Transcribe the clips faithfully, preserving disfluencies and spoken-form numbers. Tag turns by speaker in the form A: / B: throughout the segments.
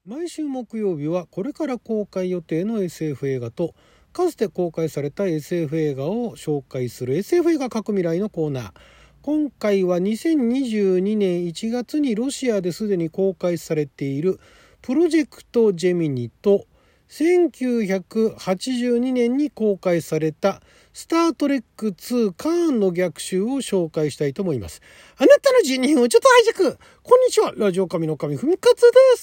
A: 毎週木曜日はこれから公開予定の エスエフ 映画とかつて公開された エスエフ 映画を紹介する エスエフ 映画各未来のコーナー。今回はにせんにじゅうにねんいちがつにロシアですでに公開されているプロジェクトジェミニとせんきゅうひゃくはちじゅうにねんに公開されたスタートレックツーカーンの逆襲を紹介したいと思います。あなたのじゅうにふんをちょっとハイジャック。こんにちは、ラジオ神の神ふみかつです。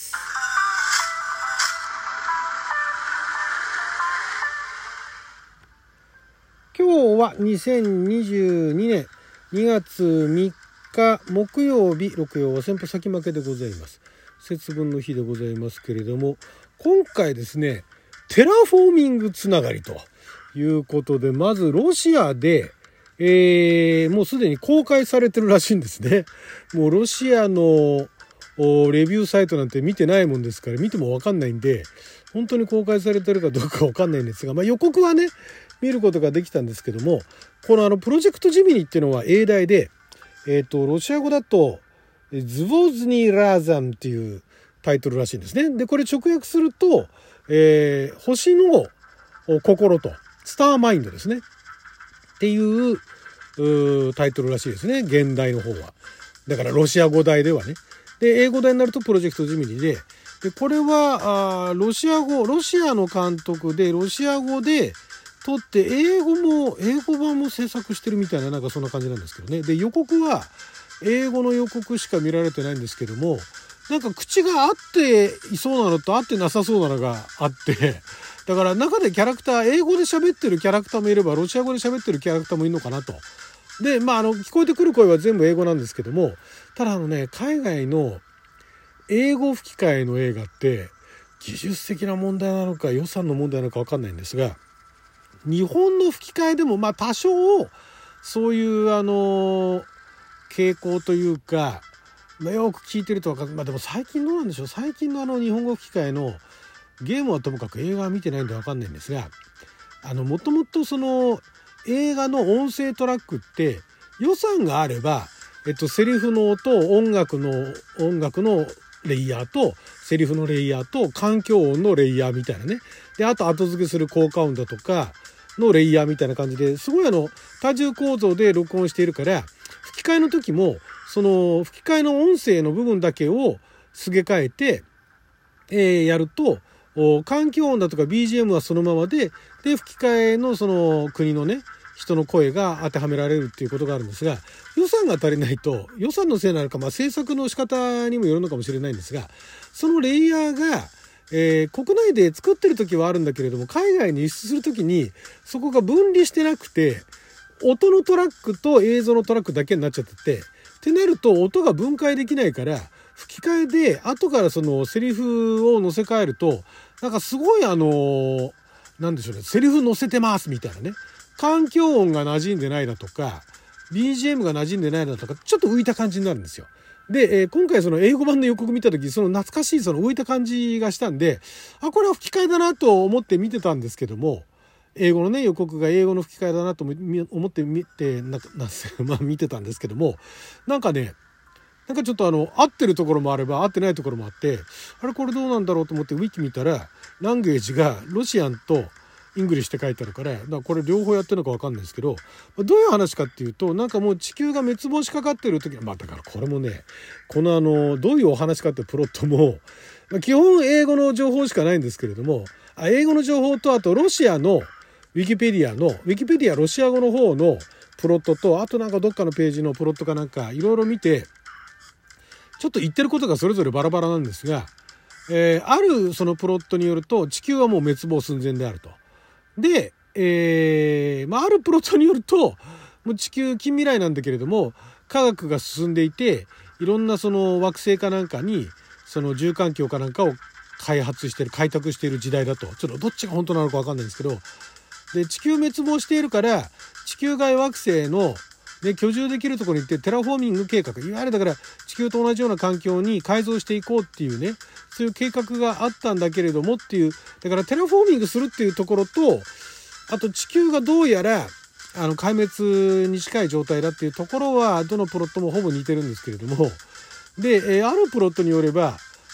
A: 今日はにせんにじゅうにねんにがつみっか木曜日、六曜は先歩先負けでございます。節分の日でございますけれども、今回ですね、テラフォーミングつながりということで、まずロシアで、えー、もうすでに公開されてるらしいんですね。もうロシアのレビューサイトなんて見てないもんですから、見てもわかんないんで、本当に公開されてるかどうかわかんないんですが、まあ、予告はね見ることができたんですけども、このあのプロジェクトジミニっていうのは英題で、えっとロシア語だとズボズニーラーザンっていうタイトルらしいんですね。でこれ直訳すると、えー、星の心とスターマインドですねっていうタイトルらしいですね、現代の方は。だからロシア語題ではね。で英語題になるとプロジェクトジミニで、でこれはあロシア語ロシアの監督でロシア語で撮って英語も英語版も制作してるみたいな、なんかそんな感じなんですけどね。で予告は英語の予告しか見られてないんですけども、なんか口が合っていそうなのと合ってなさそうなのがあって、だから中でキャラクター英語で喋ってるキャラクターもいればロシア語で喋ってるキャラクターもいるのかなと。でまああの聞こえてくる声は全部英語なんですけども、ただあのね海外の英語吹き替えの映画って技術的な問題なのか予算の問題なのか分かんないんですが、日本の吹き替えでもまあ多少そういうあの傾向というか、まあ、よく聞いてると分かる。まあでも最近どうなんでしょう。最近のあの日本語吹き替えのゲームはともかく映画は見てないんで分かんないんですが、あのもともとその映画の音声トラックって予算があれば、えっとセリフの音、音楽の音楽のレイヤーとセリフのレイヤーと環境音のレイヤーみたいなね。であと後付けする効果音だとかのレイヤーみたいな感じで、すごいあの多重構造で録音しているから、吹き替えの時もその吹き替えの音声の部分だけをすげ替えて、えー、やると環境音だとか ビージーエム はそのままで、で吹き替えのその国のね人の声が当てはめられるっていうことがあるんですが、予算が足りないと、予算のせいなのか、まあ、制作の仕方にもよるのかもしれないんですが、そのレイヤーが、えー、国内で作ってる時はあるんだけれども、海外に輸出する時にそこが分離してなくて、音のトラックと映像のトラックだけになっちゃってて、ってなると音が分解できないから、吹き替えで後からそのセリフを載せ替えると、なんかすごいあのー、なんでしょうね、セリフ載せてますみたいなね、環境音が馴染んでないだとか ビージーエム が馴染んでないだとか、ちょっと浮いた感じになるんですよ。で、えー、今回その英語版の予告見た時、その懐かしいその浮いた感じがしたんで、あ、これは吹き替えだなと思って見てたんですけども、英語のね予告が英語の吹き替えだなと思って見てななまあ見てたんですけども、なんかねなんかちょっとあの合ってるところもあれば合ってないところもあって、あれこれどうなんだろうと思ってウィキ見たら、ランゲージがロシアンとイングリッシュって書いてあるから、だからこれ両方やってるのか分かんないですけど、どういう話かっていうと、なんかもう地球が滅亡しかかってる時は、まあだからこれもね、このあのどういうお話かってプロットも基本英語の情報しかないんですけれども、あ英語の情報とあとロシアのウィキペディアのウィキペディアロシア語の方のプロットと、あとなんかどっかのページのプロットかなんかいろいろ見て、ちょっと言ってることがそれぞれバラバラなんですが、えー、あるそのプロットによると地球はもう滅亡寸前であると。で、えーまあ、あるプロットによるともう地球近未来なんだけれども、科学が進んでいて、いろんなその惑星かなんかにその住環境かなんかを開発してる開拓している時代だと。ちょっとどっちが本当なのか分かんないんですけど、で地球滅亡しているから地球外惑星ので居住できるところに行ってテラフォーミング計画、いわゆるだから地球と同じような環境に改造していこうっていうね、そういう計画があったんだけれどもっていう、だからテラフォーミングするっていうところと、あと地球がどうやらあの壊滅に近い状態だっていうところはどのプロットもほぼ似てるんですけれども、で、えー、あるプロットによれば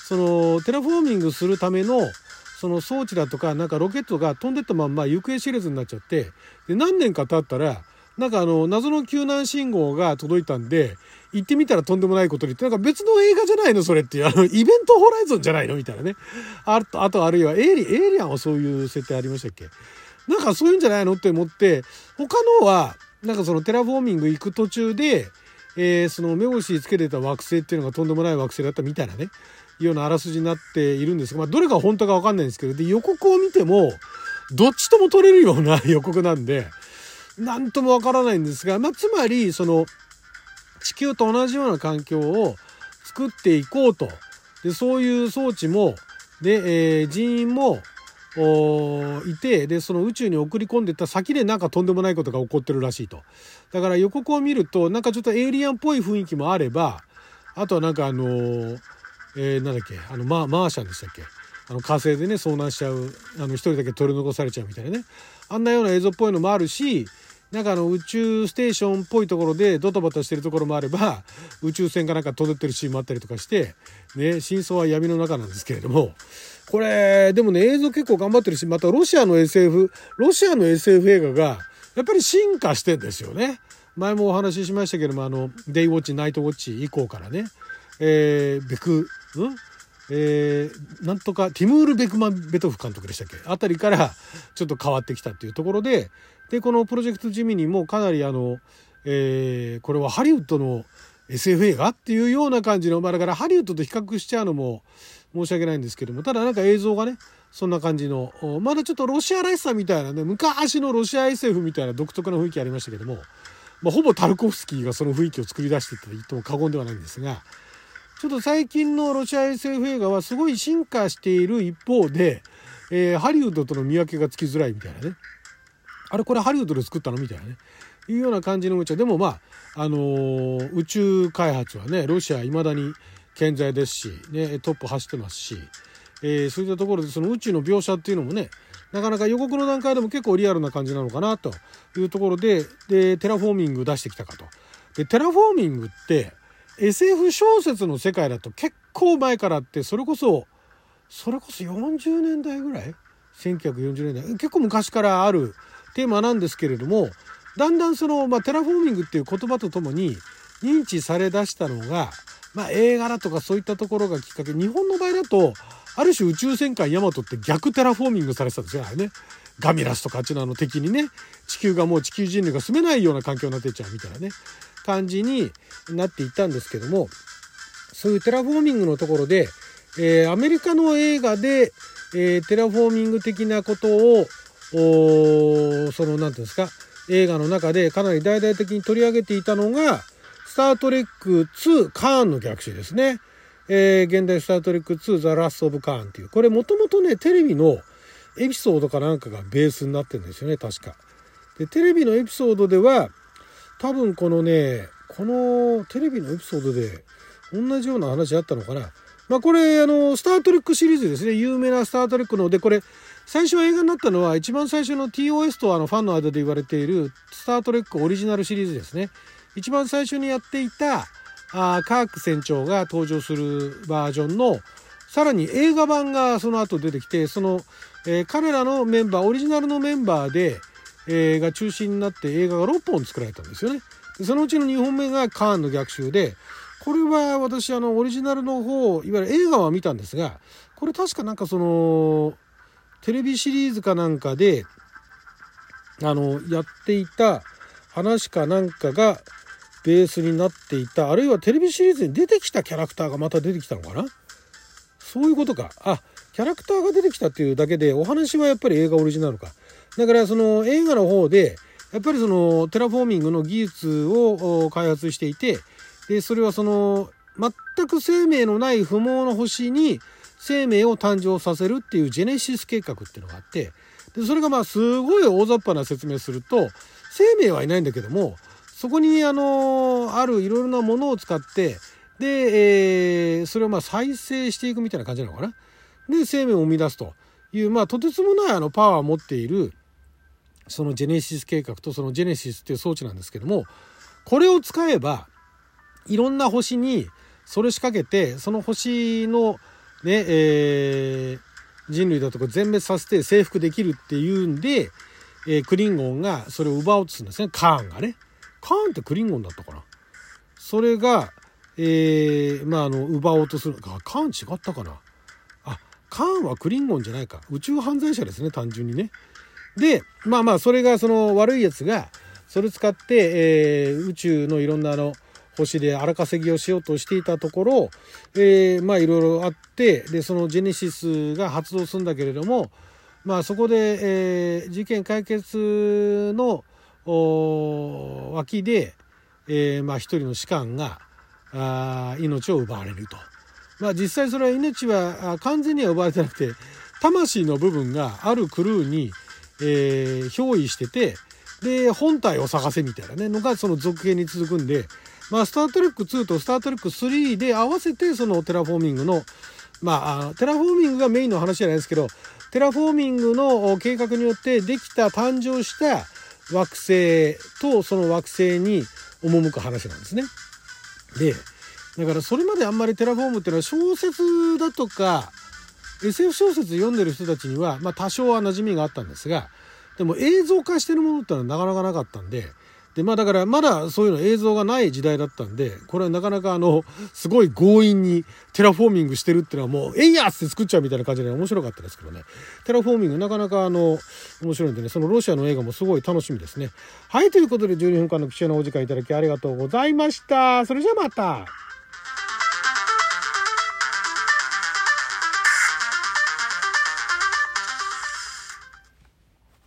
A: そのテラフォーミングするためのその装置だとかなんかロケットが飛んでったまんま行方知れずになっちゃって、で何年か経ったらなんかあの謎の救難信号が届いたんで行ってみたらとんでもないことにって、なんか別の映画じゃないのそれっていう、あのイベントホライゾンじゃないのみたいなね。あとあとあるいはエイリエイリアンはそういう設定ありましたっけ。なんかそういうんじゃないのって思って、他のはなんかそのテラフォーミング行く途中で、えー、その目星つけてた惑星っていうのがとんでもない惑星だったみたいなねいうようなあらすじになっているんですが、まあ、どれが本当か分かんないんですけど、で予告を見てもどっちとも撮れるような予告なんで何とも分からないんですが、まあ、つまりその地球と同じような環境を作っていこうと、でそういう装置もで、えー、人員もいて、でその宇宙に送り込んでった先でなんかとんでもないことが起こってるらしいと。だから予告を見るとなんかちょっとエイリアンっぽい雰囲気もあれば、あとはなんかあのー、えー、なんだっけあのママーシャンでしたっけ、あの火星でね遭難しちゃう、あの一人だけ取り残されちゃうみたいなね、あんなような映像っぽいのもあるし、なんかあの宇宙ステーションっぽいところでドタバタしてるところもあれば、宇宙船がなんか飛んでってるシーンもあったりとかしてね、真相は闇の中なんですけれども、これでもね映像結構頑張ってるし、またロシアの エスエフ ロシアの エスエフ 映画がやっぱり進化してんですよね。前もお話ししましたけども、あのデイウォッチナイトウォッチ以降からね、えー、ベクんえー、なんとかティムール・ベクマンベトフ監督でしたっけあたりからちょっと変わってきたっていうところで、でこのプロジェクトジミニもかなりあの、えー、これはハリウッドの エスエフ 映画っていうような感じの、まあだからハリウッドと比較しちゃうのも申し訳ないんですけども、ただなんか映像がねそんな感じの、まだちょっとロシアらしさみたいなね、昔のロシア エスエフ みたいな独特な雰囲気ありましたけども、まあ、ほぼタルコフスキーがその雰囲気を作り出していって言っても過言ではないんですが、ちょっと最近のロシア エスエフ 映画はすごい進化している一方で、えー、ハリウッドとの見分けがつきづらいみたいなね、あれこれハリウッドで作ったのみたいなねいうような感じの無茶でも、まああのー、宇宙開発はねロシアいまだに健在ですし、ね、トップ走ってますし、えー、そういったところでその宇宙の描写っていうのもねなかなか予告の段階でも結構リアルな感じなのかなというところで、でテラフォーミング出してきたかと。でテラフォーミングって エスエフ 小説の世界だと結構前からあって、それこそそれこそよんじゅうねんだいぐらいせんきゅうひゃくよんじゅうねんだい結構昔からあるテーマなんですけれども、だんだんその、まあ、テラフォーミングっていう言葉とともに認知されだしたのが、まあ、映画だとかそういったところがきっかけ。日本の場合だとある種宇宙戦艦ヤマトって逆テラフォーミングされてたんですよ、あれね。ガミラスとかあっちのあの敵にね、地球がもう地球人類が住めないような環境になってっちゃうみたいなね感じになっていったんですけども、そういうテラフォーミングのところで、えー、アメリカの映画で、えー、テラフォーミング的なことをそのなんていうんですか、映画の中でかなり大々的に取り上げていたのがスタートレックツーカーンの逆襲ですね。えー、現代スタートレックツーザラストオブカーンっていう、これもともとねテレビのエピソードかなんかがベースになってるんですよね確か。でテレビのエピソードでは多分このねこのテレビのエピソードで同じような話あったのかな。まあこれあのスタートレックシリーズですね、有名なスタートレックので、これ最初映画になったのは一番最初の ティーオーエス とあのファンの間で言われているスタートレックオリジナルシリーズですね。一番最初にやっていたあカーク船長が登場するバージョンのさらに映画版がその後出てきて、その、えー、彼らのメンバーオリジナルのメンバーで、えー、が中心になって映画がろっぽん作られたんですよね。でそのうちのにほんめがカーンの逆襲で、これは私あのオリジナルの方いわゆる映画は見たんですが、これ確かなんかそのテレビシリーズかなんかであのやっていた話かなんかがベースになっていた、あるいはテレビシリーズに出てきたキャラクターがまた出てきたのかな、そういうことか。あ、キャラクターが出てきたっていうだけでお話はやっぱり映画オリジナルか。だからその映画の方でやっぱりそのテラフォーミングの技術を開発していて、でそれはその全く生命のない不毛の星に生命を誕生させるっていうジェネシス計画っていうのがあって、でそれがまあすごい大雑把な説明すると、生命はいないんだけどもそこにあのあるいろいろなものを使ってで、えー、それをまあ再生していくみたいな感じなのかな。で生命を生み出すという、まあとてつもないあのパワーを持っているそのジェネシス計画とそのジェネシスっていう装置なんですけども、これを使えばいろんな星にそれ仕掛けて、その星のねえー、人類だとか全滅させて征服できるっていうんで、えー、クリンゴンがそれを奪おうとするんですね。カーンがね。カーンってクリンゴンだったかな。それが、えー、まああの奪おうとする。カーン違ったかな。あ、カーンはクリンゴンじゃないか。宇宙犯罪者ですね、単純にね。で、まあまあそれがその悪いやつがそれ使って、えー、宇宙のいろんなあの星で荒稼ぎをしようとしていたところ、えー、まあいろいろあって、でそのジェネシスが発動するんだけれども、まあそこで、えー、事件解決の脇で、えー、まあ一人の士官があ命を奪われると。まあ実際それは命は完全には奪われてなくて、魂の部分があるクルーに、えー、憑依してて、で本体を探せみたいなねのがその続編に続くんで、まあスタートレックツーとスタートレックスリーで合わせてそのテラフォーミングの、まあテラフォーミングがメインの話じゃないですけど、テラフォーミングの計画によってできた誕生した惑星とその惑星に赴く話なんですね。でだからそれまであんまりテラフォームっていうのは小説だとか エスエフ 小説読んでる人たちにはまあ多少は馴染みがあったんですが、でも映像化してるものってのはなかなかなかったんで、でまあだからまだそういうの映像がない時代だったんで、これはなかなかあのすごい強引にテラフォーミングしてるっていうのはもうえいやっって作っちゃうみたいな感じで面白かったですけどね。テラフォーミングなかなかあの面白いんでね、そのロシアの映画もすごい楽しみですね。はい、ということでじゅうにふんかんの貴重なお時間いただきありがとうございました。それじゃあまた。